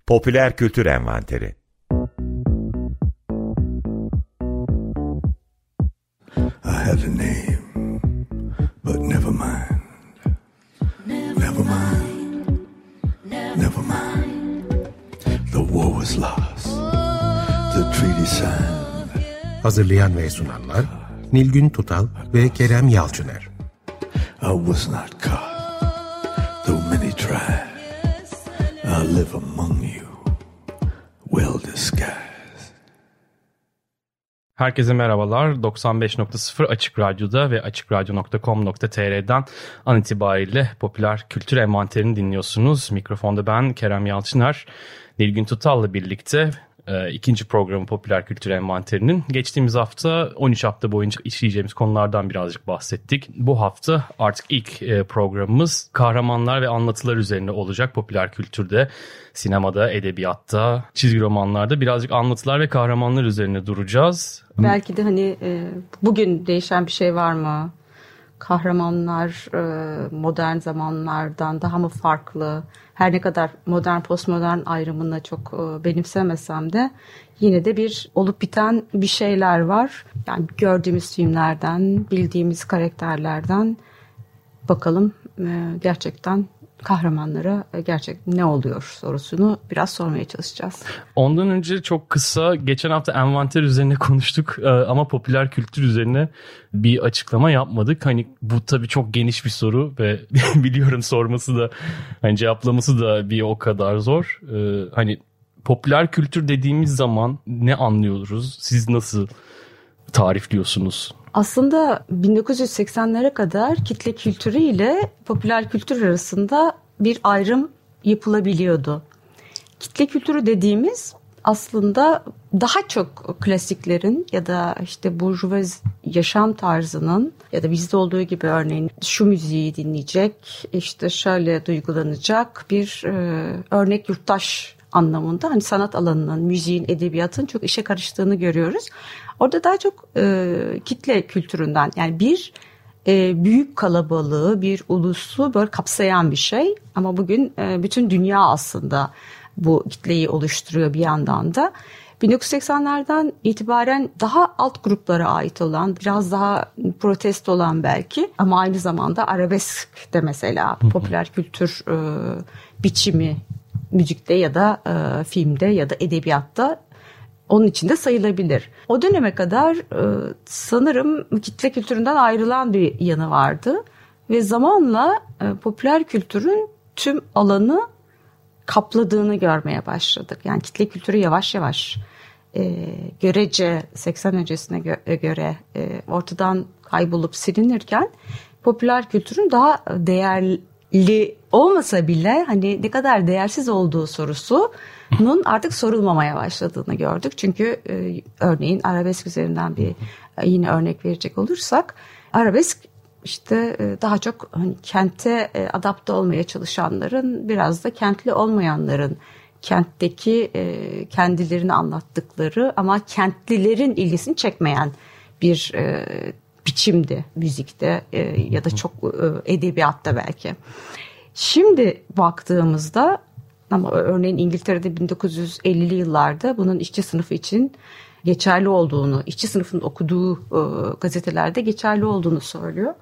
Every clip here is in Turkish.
Popüler Kültür Envanteri. I had a name, but never mind. Never mind. Never mind. The war was lost. The treaty signed. Hazırlayan ve sunanlar Nilgün Tutal ve Kerem Yalçıner. I was not caught, though many tried. I live among you, well disguised. Herkese merhabalar. 95.0 Açık Radyo'da ve açıkradyo.com.tr'den an itibariyle Popüler Kültür Envanteri'ni dinliyorsunuz. Mikrofonda ben Kerem Yalçıner, Nilgün Tutal'la birlikte ikinci programı Popüler Kültür Envanteri'nin geçtiğimiz hafta 13 hafta boyunca işleyeceğimiz konulardan birazcık bahsettik. Bu hafta artık ilk programımız kahramanlar ve anlatılar üzerine olacak. Popüler kültürde, sinemada, edebiyatta, çizgi romanlarda birazcık anlatılar ve kahramanlar üzerine duracağız. Belki de hani bugün değişen bir şey var mı? Kahramanlar modern zamanlardan daha mı farklı? Her ne kadar modern postmodern ayrımını çok benimsemesem de yine de bir olup biten bir şeyler var. Yani gördüğümüz filmlerden, bildiğimiz karakterlerden bakalım gerçekten kahramanlara ne oluyor sorusunu biraz sormaya çalışacağız. Ondan önce çok kısa geçen hafta envanter üzerine konuştuk ama popüler kültür üzerine bir açıklama yapmadık. Hani bu tabii çok geniş bir soru ve biliyorum sorması da hani cevaplaması da bir o kadar zor. Hani popüler kültür dediğimiz zaman ne anlıyoruz? Siz nasıl tarifliyorsunuz? Aslında 1980'lere kadar kitle kültürü ile popüler kültür arasında bir ayrım yapılabiliyordu. Kitle kültürü dediğimiz aslında daha çok klasiklerin ya da işte burjuvazi yaşam tarzının ya da bizde olduğu gibi örneğin şu müziği dinleyecek, işte şöyle duygulanacak bir örnek yurttaş anlamında hani sanat alanının, müziğin, edebiyatın çok işe karıştığını görüyoruz. Orada daha çok kitle kültüründen yani bir büyük kalabalığı, bir ulusu böyle kapsayan bir şey. Ama bugün bütün dünya aslında bu kitleyi oluşturuyor bir yandan da. 1980'lerden itibaren daha alt gruplara ait olan, biraz daha protest olan belki ama aynı zamanda arabesk de mesela popüler kültür biçimi müzikte ya da filmde ya da edebiyatta onun içinde sayılabilir. O döneme kadar sanırım kitle kültüründen ayrılan bir yanı vardı. Ve zamanla popüler kültürün tüm alanı kapladığını görmeye başladık. Yani kitle kültürü yavaş yavaş görece 80 öncesine göre ortadan kaybolup silinirken popüler kültürün daha değerli olmasa bile hani ne kadar değersiz olduğu sorusunun artık sorulmamaya başladığını gördük. Çünkü örneğin arabesk üzerinden bir yine örnek verecek olursak arabesk işte daha çok hani kente adapte olmaya çalışanların biraz da kentli olmayanların kentteki kendilerini anlattıkları ama kentlilerin ilgisini çekmeyen bir biçimdi müzikte ya da çok edebiyatta belki. Şimdi baktığımızda ama örneğin İngiltere'de 1950'li yıllarda bunun işçi sınıfı için geçerli olduğunu, işçi sınıfının okuduğu gazetelerde geçerli olduğunu söylüyor.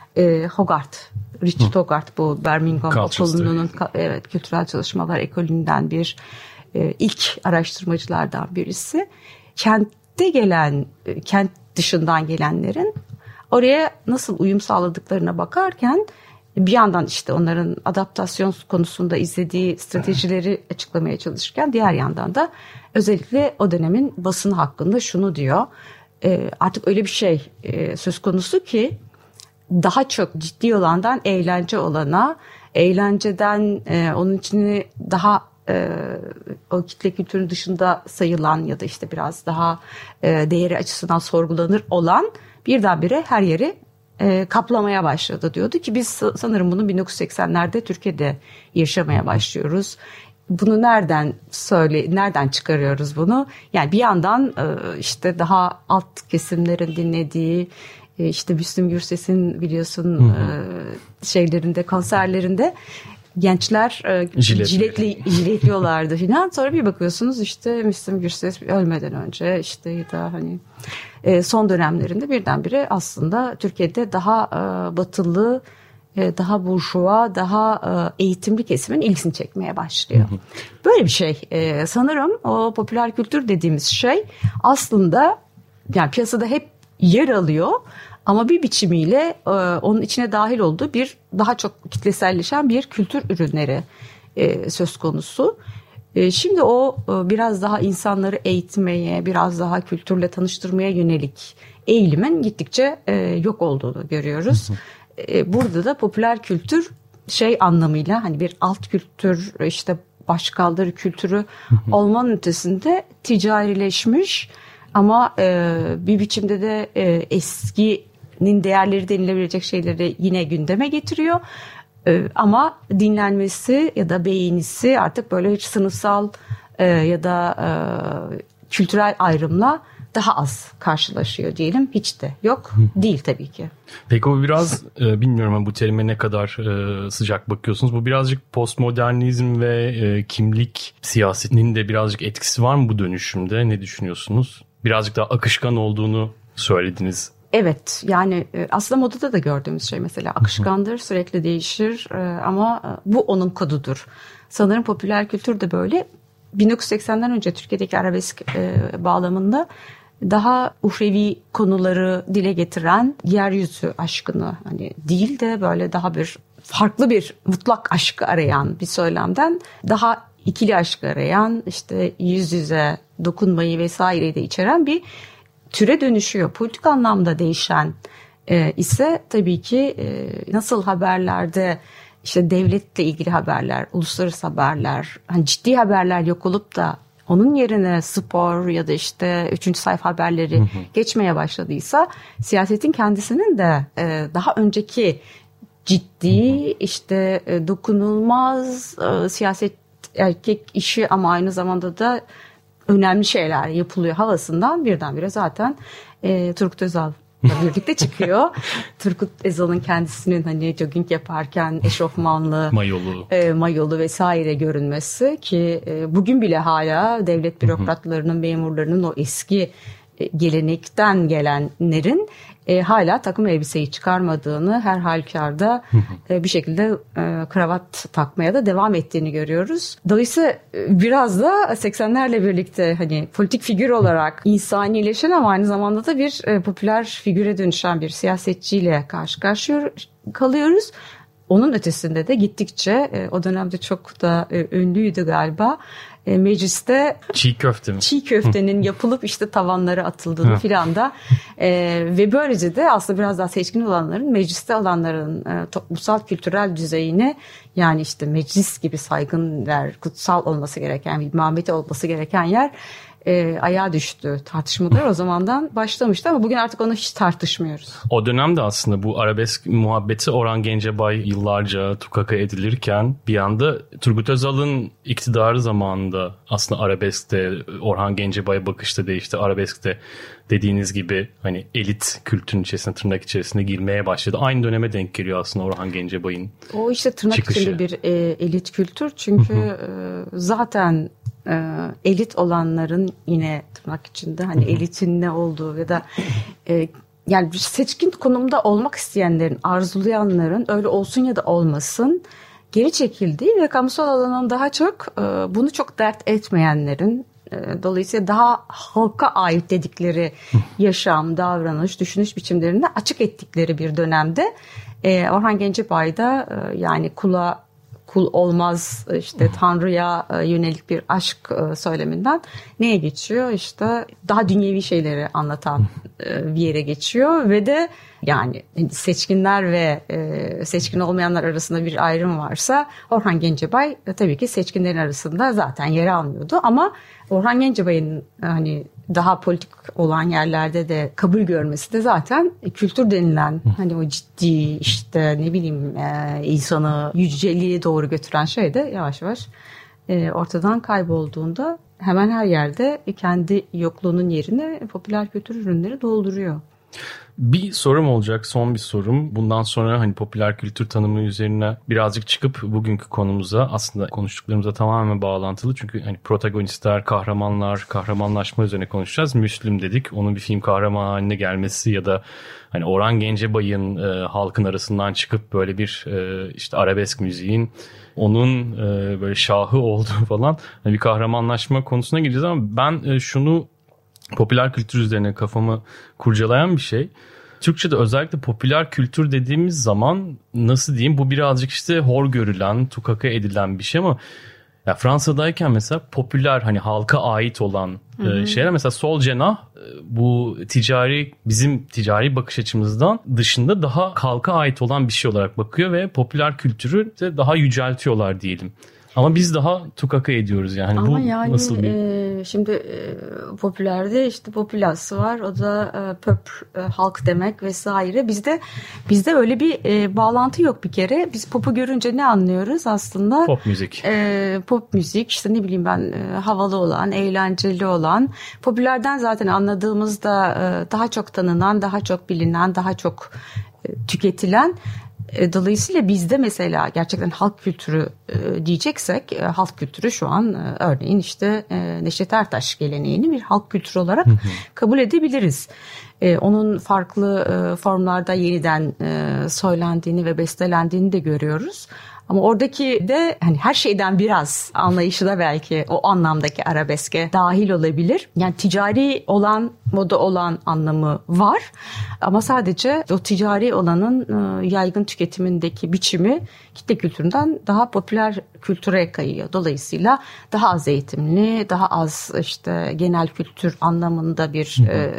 Richard Hogarth bu Birmingham Okulu'nun kültürel çalışmalar ekolünden bir ilk araştırmacılardan birisi. Kentte gelen, kent dışından gelenlerin oraya nasıl uyum sağladıklarına bakarken bir yandan işte onların adaptasyon konusunda izlediği stratejileri açıklamaya çalışırken diğer yandan da özellikle o dönemin basını hakkında şunu diyor. Artık öyle bir şey söz konusu ki daha çok ciddi olandan eğlence olana, eğlenceden onun içini daha o kitle kültürün dışında sayılan ya da işte biraz daha değeri açısından sorgulanır olan birdenbire her yeri kaplamaya başladı diyordu ki biz sanırım bunu 1980'lerde Türkiye'de yaşamaya başlıyoruz. Bunu nereden çıkarıyoruz bunu? Yani bir yandan işte daha alt kesimlerin dinlediği işte Müslüm Gürses'in biliyorsun şeylerinde, konserlerinde gençler jiletliyorlardı filan. Sonra bir bakıyorsunuz işte Müslüm Gürses ölmeden önce işte ya da hani son dönemlerinde birdenbire aslında Türkiye'de daha batılı, daha burjuva, daha eğitimli kesimin ilgisini çekmeye başlıyor. Böyle bir şey. Sanırım o popüler kültür dediğimiz şey aslında yani piyasada hep yer alıyor ama bir biçimiyle onun içine dahil olduğu bir daha çok kitleselleşen bir kültür ürünleri söz konusu. Şimdi o biraz daha insanları eğitmeye, biraz daha kültürle tanıştırmaya yönelik eğilimin gittikçe yok olduğunu görüyoruz. Burada da popüler kültür şey anlamıyla hani bir alt kültür işte başkaldırı kültürü olmanın ötesinde ticarileşmiş ama bir biçimde de eskinin değerleri denilebilecek şeyleri yine gündeme getiriyor. Ama dinlenmesi ya da beğenisi artık böyle hiç sınıfsal ya da kültürel ayrımla daha az karşılaşıyor diyelim. Hiç de yok değil tabii ki. Peki o biraz bilmiyorum ama bu terime ne kadar sıcak bakıyorsunuz. Bu birazcık postmodernizm ve kimlik siyasetinin de birazcık etkisi var mı bu dönüşümde? Ne düşünüyorsunuz? Birazcık daha akışkan olduğunu söylediniz. Evet yani aslında modada da gördüğümüz şey mesela akışkandır, sürekli değişir ama bu onun kodudur. Sanırım popüler kültür de böyle. 1980'den önce Türkiye'deki arabesk bağlamında daha uhrevi konuları dile getiren yeryüzü aşkını hani değil de böyle daha bir farklı bir mutlak aşkı arayan bir söylemden daha ikili aşkı arayan işte yüz yüze dokunmayı vesaireyi de içeren bir türe dönüşüyor. Politik anlamda değişen ise tabii ki nasıl haberlerde işte devletle ilgili haberler, uluslararası haberler, hani ciddi haberler yok olup da onun yerine spor ya da işte 3. sayfa haberleri geçmeye başladıysa siyasetin kendisinin de daha önceki ciddi işte dokunulmaz siyaset erkek işi ama aynı zamanda da önemli şeyler yapılıyor havasından birdenbire zaten Turgut Özal'la birlikte çıkıyor. Turgut Özal'ın kendisinin hani jogging yaparken eşofmanlı, mayolu vesaire görünmesi ki bugün bile hala devlet bürokratlarının, memurlarının o eski gelenekten gelenlerin hala takım elbiseyi çıkarmadığını, her halükarda bir şekilde kravat takmaya da devam ettiğini görüyoruz. Dolayısıyla biraz da 80'lerle birlikte hani politik figür olarak insanileşen ama aynı zamanda da bir popüler figüre dönüşen bir siyasetçiyle karşı karşıya kalıyoruz. Onun ötesinde de gittikçe o dönemde çok da ünlüydü galiba. Mecliste çiğ köfte mi? Çiğ köftenin yapılıp işte tavanlara atıldığını filan da ve böylece de aslında biraz daha seçkin olanların mecliste olanların toplumsal kültürel düzeyini yani işte meclis gibi saygın yer, kutsal olması gereken bir mameti olması gereken yer ayağa düştü. Tartışmalar o zamandan başlamıştı ama bugün artık onu hiç tartışmıyoruz. O dönemde aslında bu arabesk muhabbeti Orhan Gencebay yıllarca tukaka edilirken bir anda Turgut Özal'ın iktidarı zamanında aslında arabeskte Orhan Gencebay'a bakışta değişti. Arabeskte dediğiniz gibi hani elit kültürün içerisine tırnak içerisine girmeye başladı. Aynı döneme denk geliyor aslında Orhan Gencebay'ın o işte tırnak çıkışı. İçinde bir elit kültür çünkü zaten elit olanların yine tırnak içinde hani elitin ne olduğu ya da yani seçkin konumda olmak isteyenlerin, arzulayanların öyle olsun ya da olmasın geri çekildiği ve kamusal alanın daha çok bunu çok dert etmeyenlerin dolayısıyla daha halka ait dedikleri yaşam, davranış, düşünüş biçimlerini açık ettikleri bir dönemde Orhan Gencebay da yani kul olmaz işte Tanrı'ya yönelik bir aşk söyleminden neye geçiyor? İşte daha dünyevi şeyleri anlatan bir yere geçiyor ve de yani seçkinler ve seçkin olmayanlar arasında bir ayrım varsa Orhan Gencebay tabii ki seçkinlerin arasında zaten yer almıyordu ama Orhan Gencebay'ın hani daha politik olan yerlerde de kabul görmesi de zaten kültür denilen hani o ciddi işte ne bileyim insanı yüceliğe doğru götüren şey de yavaş yavaş ortadan kaybolduğunda hemen her yerde kendi yokluğunun yerine popüler kültür ürünleri dolduruyor. Bir sorum olacak, son bir sorum. Bundan sonra hani popüler kültür tanımı üzerine birazcık çıkıp bugünkü konumuza, aslında konuştuklarımıza tamamen bağlantılı. Çünkü hani protagonistler, kahramanlar, kahramanlaşma üzerine konuşacağız. Müslüm dedik, onun bir film kahramanı haline gelmesi ya da hani Orhan Gencebay'ın halkın arasından çıkıp böyle bir işte arabesk müziğin onun böyle şahı olduğu falan hani bir kahramanlaşma konusuna gireceğiz ama ben şunu, popüler kültür üzerine kafamı kurcalayan bir şey. Türkçe'de özellikle popüler kültür dediğimiz zaman nasıl diyeyim, bu birazcık işte hor görülen, tukaka edilen bir şey ama ya Fransa'dayken mesela popüler, hani halka ait olan şeyler, mesela sol cenah bu bizim ticari bakış açımızdan dışında daha halka ait olan bir şey olarak bakıyor ve popüler kültürü de daha yüceltiyorlar diyelim. Ama biz daha tukaka ediyoruz yani. Ama bu yani nasıl bir... şimdi popülerde işte popülası var, o da halk demek vesaire. Bizde öyle bir bağlantı yok bir kere. Biz popu görünce ne anlıyoruz aslında? Pop müzik. Pop müzik, işte ne bileyim ben, havalı olan, eğlenceli olan. Popülerden zaten anladığımızda daha çok tanınan, daha çok bilinen, daha çok tüketilen. Dolayısıyla bizde mesela gerçekten halk kültürü diyeceksek, halk kültürü şu an örneğin işte Neşet Ertaş geleneğini bir halk kültürü olarak kabul edebiliriz. Onun farklı formlarda yeniden söylendiğini ve bestelendiğini de görüyoruz. Ama oradaki de hani her şeyden biraz anlayışı da belki o anlamdaki arabeske dahil olabilir. Yani ticari olan, moda olan anlamı var. Ama sadece o ticari olanın yaygın tüketimindeki biçimi kitle kültüründen daha popüler kültüre kayıyor. Dolayısıyla daha az eğitimli, daha az işte genel kültür anlamında bir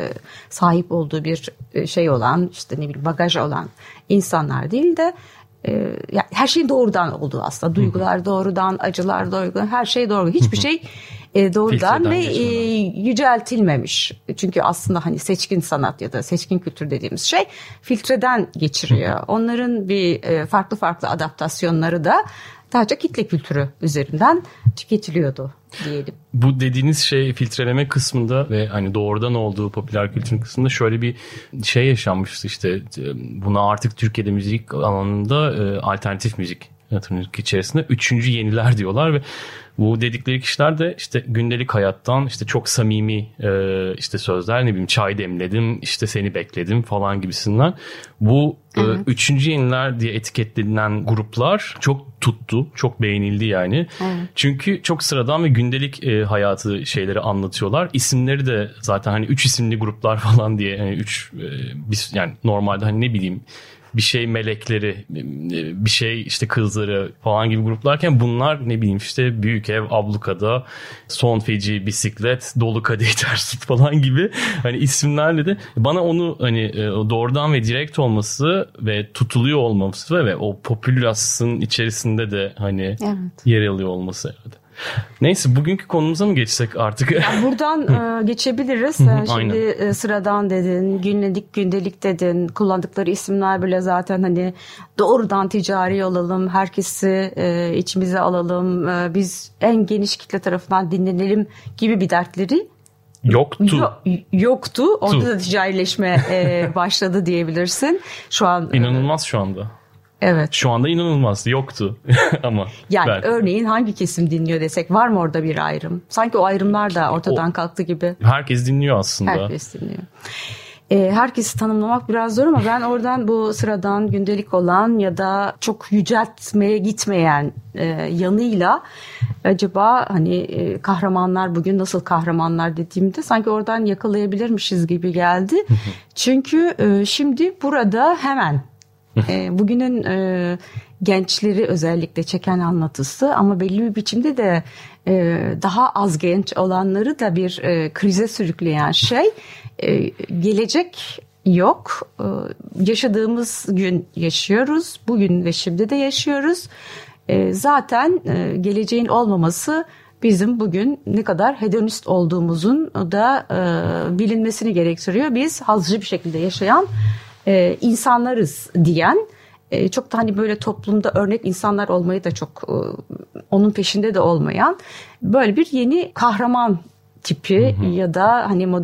sahip olduğu bir şey olan, işte ne bileyim bagaj olan insanlar değil de yani her şeyin doğrudan olduğu aslında. Duygular doğrudan, acılar doğrudan, her şey doğru. Hiçbir şey doğrudan Filtreden ve yüceltilmemiş. Çünkü aslında hani seçkin sanat ya da seçkin kültür dediğimiz şey filtreden geçiriyor. Onların bir farklı adaptasyonları da daha çok kitle kültürü üzerinden tüketiliyordu diyelim. Bu dediğiniz şey, filtreleme kısmında ve hani doğrudan olduğu popüler kültürün kısmında şöyle bir şey yaşanmıştı, işte buna artık Türkiye'de müzik alanında alternatif müzik tırnak içerisinde 3. yeniler diyorlar ve bu dedikleri kişiler de işte gündelik hayattan işte çok samimi işte sözler, ne bileyim çay demledim, işte seni bekledim falan gibisinden. Bu 3. yeniler diye etiketlenen gruplar çok tuttu, çok beğenildi yani. Evet. Çünkü çok sıradan ve gündelik hayatı şeyleri anlatıyorlar. İsimleri de zaten hani 3 isimli gruplar falan diye, hani 3 yani normalde hani ne bileyim bir şey melekleri, bir şey işte kızları falan gibi gruplarken bunlar ne bileyim işte büyük ev, ablukada, son feci bisiklet, dolu kadeh ters tut falan gibi hani isimlerle de bana onu hani doğrudan ve direkt olması ve tutuluyor olması ve o popülasyonun içerisinde de hani yer alıyor olması herhalde. Neyse, bugünkü konumuza mı geçsek artık? Yani buradan geçebiliriz. Şimdi sıradan dedin, gündelik dedin. Kullandıkları isimler bile zaten hani doğrudan ticari olalım, herkesi içimize alalım, biz en geniş kitle tarafından dinlenelim gibi bir dertleri yoktu. Orada da ticarileşme başladı diyebilirsin. Şu an inanılmaz şu anda. Evet. Şu anda inanılmaz. Yoktu ama. Yani örneğin hangi kesim dinliyor desek, var mı orada bir ayrım? Sanki o ayrımlar da ortadan kalktı gibi. Herkes dinliyor aslında. Herkes dinliyor. Herkesi tanımlamak biraz zor ama ben oradan bu sıradan, gündelik olan ya da çok yüceltmeye gitmeyen yanıyla acaba hani kahramanlar bugün nasıl kahramanlar dediğimde sanki oradan yakalayabilirmişiz gibi geldi. Çünkü şimdi burada hemen bugünün gençleri özellikle çeken anlatısı ama belli bir biçimde de daha az genç olanları da bir krize sürükleyen şey, gelecek yok. Yaşadığımız gün yaşıyoruz, bugün ve şimdi de yaşıyoruz. Zaten geleceğin olmaması bizim bugün ne kadar hedonist olduğumuzun da bilinmesini gerektiriyor. Biz hazcı bir şekilde yaşayan insanlarız diyen, çok da hani böyle toplumda örnek insanlar olmayı da çok onun peşinde de olmayan böyle bir yeni kahraman tipi ya da hani modern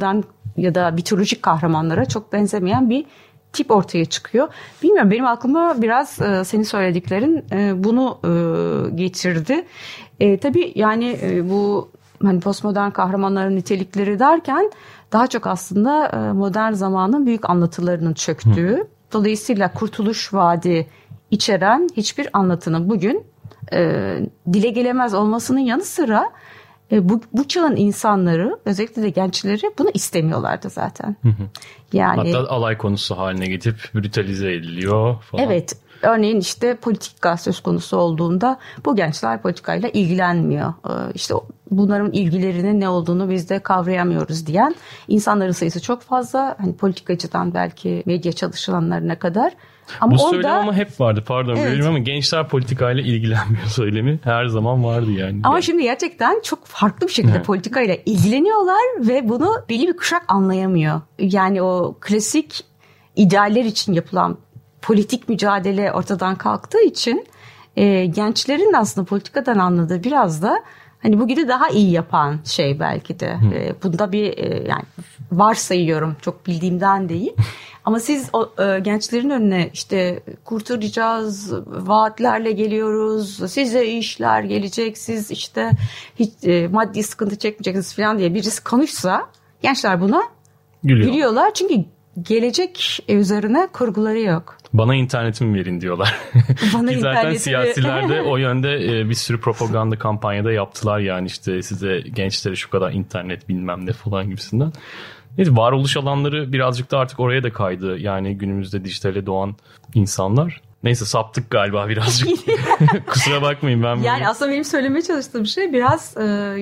ya da mitolojik kahramanlara çok benzemeyen bir tip ortaya çıkıyor. Bilmiyorum, benim aklıma biraz senin söylediklerin bunu getirdi. Tabii yani bu hani postmodern kahramanların nitelikleri derken daha çok aslında modern zamanın büyük anlatılarının çöktüğü. Dolayısıyla Kurtuluş Vaadi içeren hiçbir anlatının bugün dile gelemez olmasının yanı sıra bu çağın insanları, özellikle de gençleri bunu istemiyorlardı zaten. Yani hatta alay konusu haline getirip brutalize ediliyor falan. Evet. Örneğin işte politika söz konusu olduğunda bu gençler politikayla ilgilenmiyor. İşte bunların ilgilerinin ne olduğunu biz de kavrayamıyoruz diyen insanların sayısı çok fazla. Hani politikacıdan belki medya çalışanlarına kadar. Ama bu orada, söylem ama hep vardı. Pardon evet. bölüyorum ama gençler politikayla ilgilenmiyor söylemi her zaman vardı yani. Ama şimdi gerçekten çok farklı bir şekilde politikayla ilgileniyorlar ve bunu belli bir kuşak anlayamıyor. Yani o klasik idealler için yapılan politik mücadele ortadan kalktığı için gençlerin aslında politikadan anladığı biraz da hani bugünü daha iyi yapan şey belki de. Bunda bir yani varsayıyorum, çok bildiğimden değil. Ama siz o gençlerin önüne işte kurtaracağız, vaatlerle geliyoruz, size işler gelecek, siz işte hiç maddi sıkıntı çekmeyeceksiniz falan diye birisi konuşsa gençler buna gülüyorlar. Çünkü gelecek üzerine kurguları yok. Bana internetimi verin diyorlar. Bana zaten siyasiler de o yönde bir sürü propaganda kampanyada yaptılar yani işte size gençlere şu kadar internet bilmem ne falan gibisinden. Neyse, varoluş alanları birazcık da artık oraya da kaydı. Yani günümüzde dijitale doğan insanlar. Neyse saptık galiba birazcık. Kusura bakmayın ben böyle. Yani aslında benim söylemeye çalıştığım şey biraz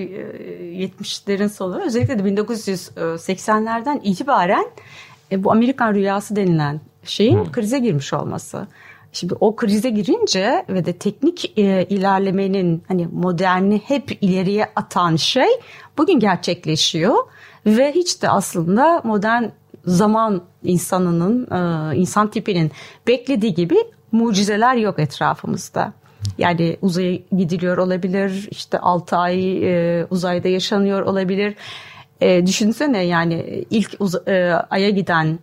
70'lerin sonu, özellikle de 1980'lerden itibaren bu Amerikan rüyası denilen şeyin krize girmiş olması. Şimdi o krize girince ve de teknik ilerlemenin hani moderni hep ileriye atan şey bugün gerçekleşiyor. Ve hiç de aslında modern zaman insanının, insan tipinin beklediği gibi mucizeler yok etrafımızda. Yani uzaya gidiliyor olabilir, işte 6 ay uzayda yaşanıyor olabilir. Düşünsene yani ilk Ay'a giden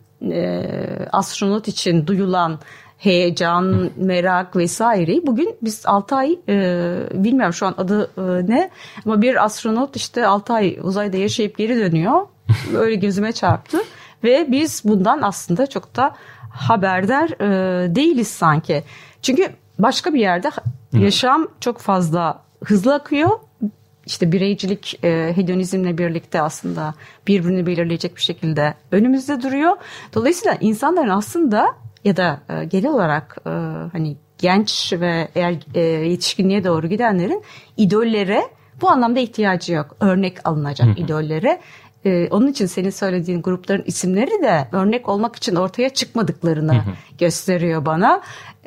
astronot için duyulan heyecan, merak vesaireyi bugün biz 6 ay bilmiyorum şu an adı ne ama bir astronot işte 6 ay uzayda yaşayıp geri dönüyor. Öyle gözüme çarptı ve biz bundan aslında çok da haberdar değiliz sanki. Çünkü başka bir yerde yaşam çok fazla hızlı akıyor. İşte bireycilik hedonizmle birlikte aslında birbirini belirleyecek bir şekilde önümüzde duruyor. Dolayısıyla insanların aslında ya da genel olarak hani genç ve eğer yetişkinliğe doğru gidenlerin idollere bu anlamda ihtiyacı yok. Örnek alınacak idollere. Onun için senin söylediğin grupların isimleri de örnek olmak için ortaya çıkmadıklarını gösteriyor bana.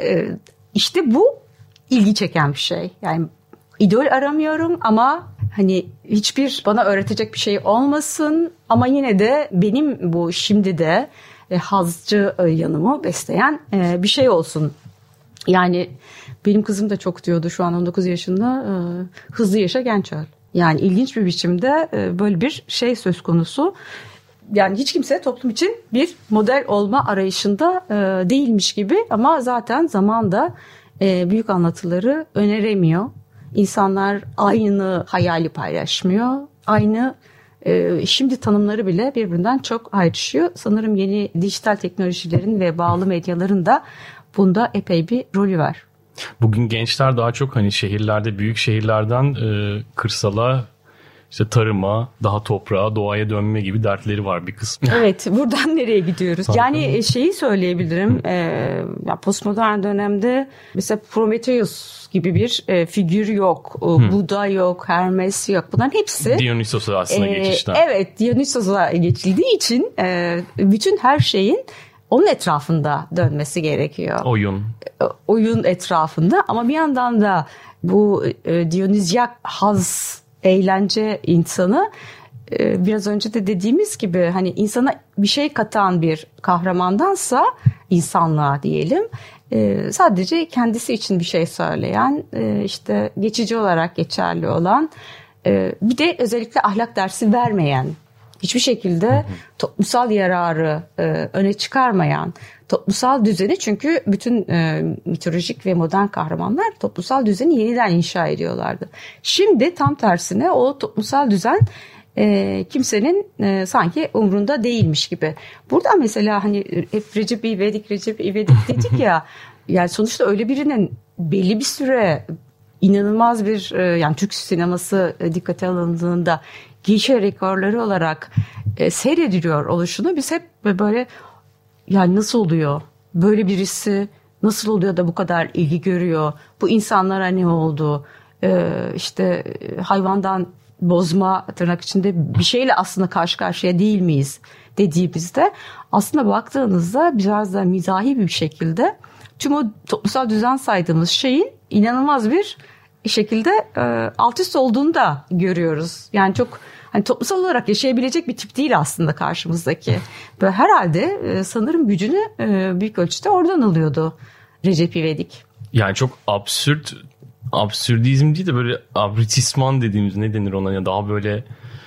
İşte bu ilgi çeken bir şey. Yani idol aramıyorum ama hani hiçbir bana öğretecek bir şey olmasın ama yine de benim bu şimdi de hazcı yanımı besleyen bir şey olsun. Yani benim kızım da çok diyordu şu an 19 yaşında, hızlı yaşa genç öl. Yani ilginç bir biçimde böyle bir şey söz konusu. Yani hiç kimse toplum için bir model olma arayışında değilmiş gibi ama zaten zamanda büyük anlatıları öneremiyor. İnsanlar aynı hayali paylaşmıyor. Aynı şimdi tanımları bile birbirinden çok ayrışıyor. Sanırım yeni dijital teknolojilerin ve bağlı medyaların da bunda epey bir rolü var. Bugün gençler daha çok hani şehirlerde, büyük şehirlerden kırsala, işte tarıma, daha toprağa, doğaya dönme gibi dertleri var bir kısmı. Evet, buradan nereye gidiyoruz? Yani şeyi söyleyebilirim. Postmodern dönemde mesela Prometheus gibi bir figür yok. Buda yok, Hermes yok. Bunların hepsi Dionysos'a aslında geçişten. Evet, Dionysos'a geçildiği için bütün her şeyin onun etrafında dönmesi gerekiyor. Oyun etrafında ama bir yandan da bu Dionysyak haz, eğlence insanı biraz önce de dediğimiz gibi hani insana bir şey katan bir kahramandansa insanlığa diyelim sadece kendisi için bir şey söyleyen işte geçici olarak geçerli olan bir de özellikle ahlak dersi vermeyen hiçbir şekilde toplumsal yararı öne çıkarmayan, toplumsal düzeni, çünkü bütün mitolojik ve modern kahramanlar toplumsal düzeni yeniden inşa ediyorlardı. Şimdi tam tersine o toplumsal düzen kimsenin sanki umrunda değilmiş gibi. Burada mesela hani hep Recep İvedik dedik ya, yani sonuçta öyle birinin belli bir süre inanılmaz bir yani Türk sineması dikkate alındığında gişe rekorları olarak seyrediliyor oluşunu biz hep böyle, yani nasıl oluyor? Böyle birisi nasıl oluyor da bu kadar ilgi görüyor? Bu insanlara ne oldu? İşte hayvandan bozma, tırnak içinde bir şeyle aslında karşı karşıya değil miyiz dediğimizde, aslında baktığınızda biraz da mizahi bir şekilde tüm o toplumsal düzen saydığımız şeyin inanılmaz bir şekilde alt üst olduğunu da görüyoruz. Yani çok hani toplumsal olarak yaşayabilecek bir tip değil aslında karşımızdaki. Böyle herhalde sanırım gücünü büyük ölçüde oradan alıyordu Recep İvedik. Yani çok absürdizm değil de böyle abritisman dediğimiz, ne denir ona ya, daha böyle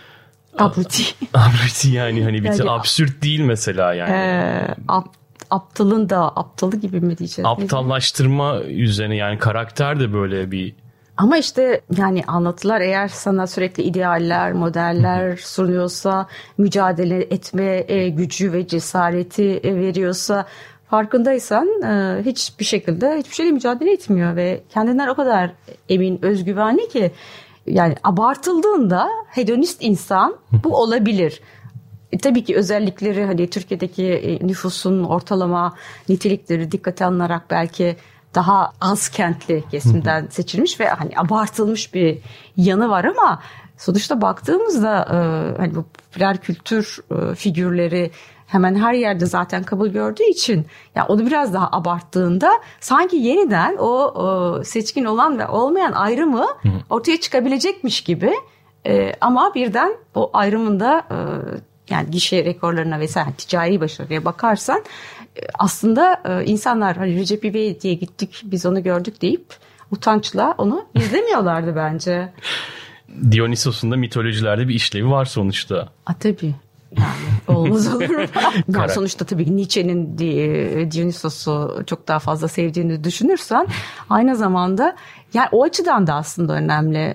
abruti yani hani bir absürt değil mesela yani. Aptalın da aptalı gibi mi diyeceğiz? Aptallaştırma üzerine, yani karakter de böyle bir... Ama işte yani anlatılar eğer sana sürekli idealler, modeller sunuyorsa, mücadele etme gücü ve cesareti veriyorsa, farkındaysan hiçbir şekilde hiçbir şeyle mücadele etmiyor ve kendinden o kadar emin, özgüvenli ki, yani abartıldığında hedonist insan bu olabilir. Tabii ki özellikleri hani Türkiye'deki nüfusun ortalama nitelikleri dikkate alınarak belki daha az kentli kesimden seçilmiş ve hani abartılmış bir yanı var, ama sonuçta baktığımızda hani bu popüler kültür figürleri hemen her yerde zaten kabul gördüğü için, yani onu biraz daha abarttığında sanki yeniden o seçkin olan ve olmayan ayrımı ortaya çıkabilecekmiş gibi, ama birden o ayrımında yani gişe rekorlarına vesaire ticari başarıya bakarsan aslında insanlar hani Recep İvedik'e gittik biz onu gördük deyip utançla onu izlemiyorlardı bence. Dionysos'un da mitolojilerde bir işlevi var sonuçta. Tabii. Yani olmaz olur mu? Yani sonuçta tabii Nietzsche'nin Dionysos'u çok daha fazla sevdiğini düşünürsen, aynı zamanda yani o açıdan da aslında önemli.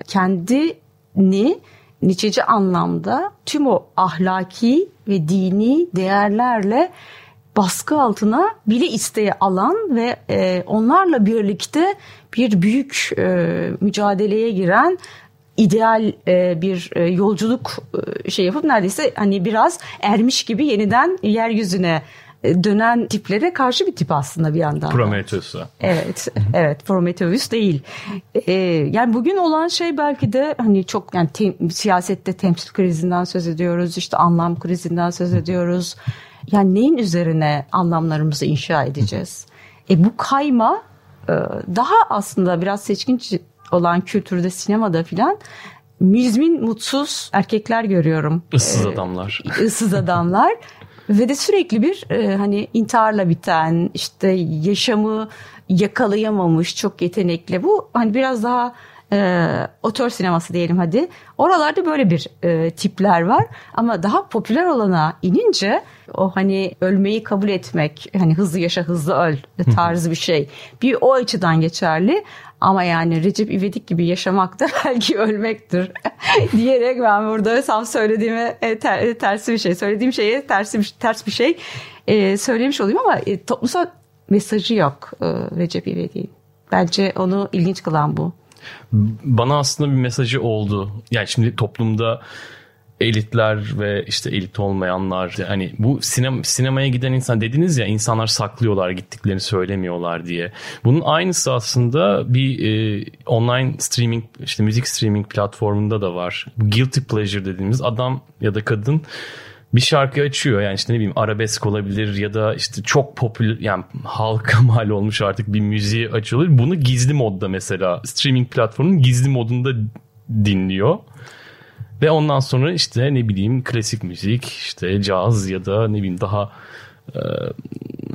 Kendini Nietzscheci anlamda tüm o ahlaki ve dini değerlerle baskı altına bile isteye alan ve onlarla birlikte bir büyük mücadeleye giren ideal bir yolculuk şey yapıp neredeyse hani biraz ermiş gibi yeniden yeryüzüne dönen tiplere karşı bir tip aslında bir yandan. Prometheus'a. Evet, Prometheus değil. Yani bugün olan şey belki de hani çok, yani siyasette temsil krizinden söz ediyoruz, işte anlam krizinden söz ediyoruz. Yani neyin üzerine anlamlarımızı inşa edeceğiz? Bu kayma daha aslında biraz seçkin olan kültürde, sinemada filan müzmin, mutsuz erkekler görüyorum. Issız adamlar. Ve de sürekli bir hani intiharla biten, işte yaşamı yakalayamamış, çok yetenekli. Bu hani biraz daha otör sineması diyelim hadi. Oralarda böyle bir tipler var. Ama daha popüler olana inince o hani ölmeyi kabul etmek, hani hızlı yaşa hızlı öl tarzı bir şey. Bir o açıdan geçerli. Ama yani Recep İvedik gibi yaşamak da belki ölmektir diyerek ben burada tam söylediğime tersi bir şey, söylediğim şeye ters bir şey söylemiş olayım, ama toplumsal mesajı yok Recep İvedik'in. Bence onu ilginç kılan bu. Bana aslında bir mesajı oldu. Yani şimdi toplumda elitler ve işte elit olmayanlar, hani bu sinemaya giden insan dediniz ya, insanlar saklıyorlar, gittiklerini söylemiyorlar diye. Bunun aynısı aslında bir online streaming, işte müzik streaming platformunda da var. Guilty pleasure dediğimiz adam ya da kadın bir şarkı açıyor, yani işte ne bileyim arabesk olabilir ya da işte çok popüler, yani halka mal olmuş artık bir müziği açılır. Bunu gizli modda, mesela streaming platformunun gizli modunda dinliyor. Ve ondan sonra işte ne bileyim klasik müzik, işte caz ya da ne bileyim daha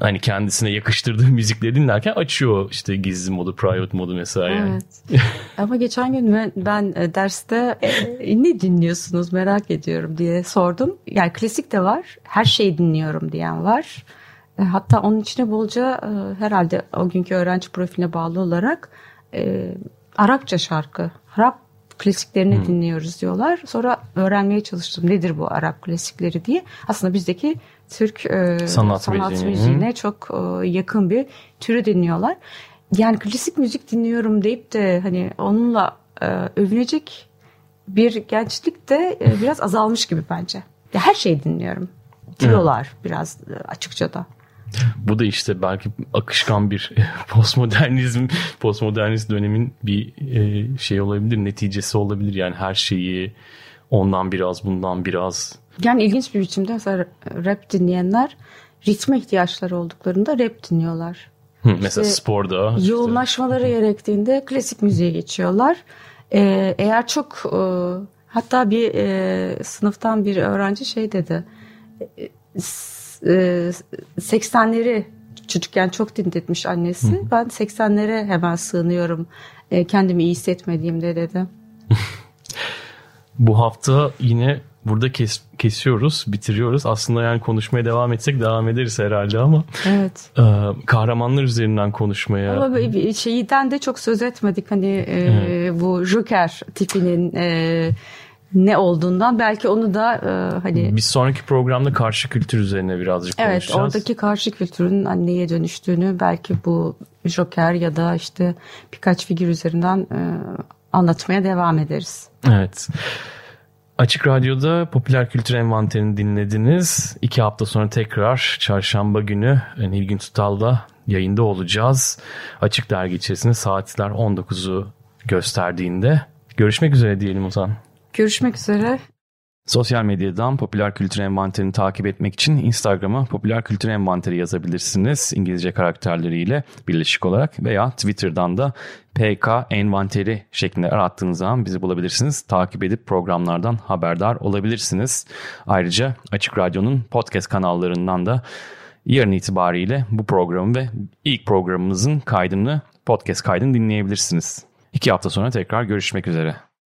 hani kendisine yakıştırdığı müzikleri dinlerken açıyor işte gizli modu, private modu mesela yani. Evet. Ama geçen gün ben derste ne dinliyorsunuz merak ediyorum diye sordum. Yani klasik de var, her şeyi dinliyorum diyen var. Hatta onun içine bolca herhalde o günkü öğrenci profiline bağlı olarak Arapça şarkı, Arap klasiklerini dinliyoruz diyorlar. Sonra öğrenmeye çalıştım nedir bu Arap klasikleri diye. Aslında bizdeki Türk sanat müziğine çok yakın bir türü dinliyorlar. Yani klasik müzik dinliyorum deyip de hani onunla övünecek bir gençlik de biraz azalmış gibi bence. Ya her şeyi dinliyorum diyorlar biraz açıkça da. Bu da işte belki akışkan bir postmodernist dönemin bir şey olabilir, neticesi olabilir. Yani her şeyi ondan biraz, bundan biraz. Yani ilginç bir biçimde mesela rap dinleyenler ritme ihtiyaçları olduklarında rap dinliyorlar. Mesela işte sporda. Yoğunlaşmaları gerektiğinde klasik müziğe geçiyorlar. Eğer çok hatta bir sınıftan bir öğrenci şey dedi. 80'leri çocukken çok dinletmiş annesi. Ben 80'lere hemen sığınıyorum. Kendimi iyi hissetmediğimde dedi. Bu hafta yine burada kesiyoruz, bitiriyoruz. Aslında yani konuşmaya devam etsek devam ederiz herhalde ama. Evet. Kahramanlar üzerinden konuşmaya. Ama şeyden de çok söz etmedik. Hani bu Joker tipinin ne olduğundan belki onu da hani. Bir sonraki programda karşı kültür üzerine birazcık konuşacağız. Evet, oradaki karşı kültürün neye dönüştüğünü belki bu Joker ya da işte birkaç figür üzerinden anlatmaya devam ederiz. Evet. Açık Radyo'da Popüler Kültür Envanteri'ni dinlediniz. 2 hafta sonra tekrar çarşamba günü Nilgün Tutal'da yayında olacağız. Açık Dergi içerisinde saatler 19'u gösterdiğinde. Görüşmek üzere diyelim o zaman. Görüşmek üzere. Sosyal medyadan Popüler Kültür Envanteri'ni takip etmek için Instagram'a Popüler Kültür Envanteri yazabilirsiniz. İngilizce karakterleriyle birleşik olarak veya Twitter'dan da PK Envanteri şeklinde arattığınız zaman bizi bulabilirsiniz. Takip edip programlardan haberdar olabilirsiniz. Ayrıca Açık Radyo'nun podcast kanallarından da yarın itibariyle bu programı ve ilk programımızın podcast kaydını dinleyebilirsiniz. 2 hafta sonra tekrar görüşmek üzere.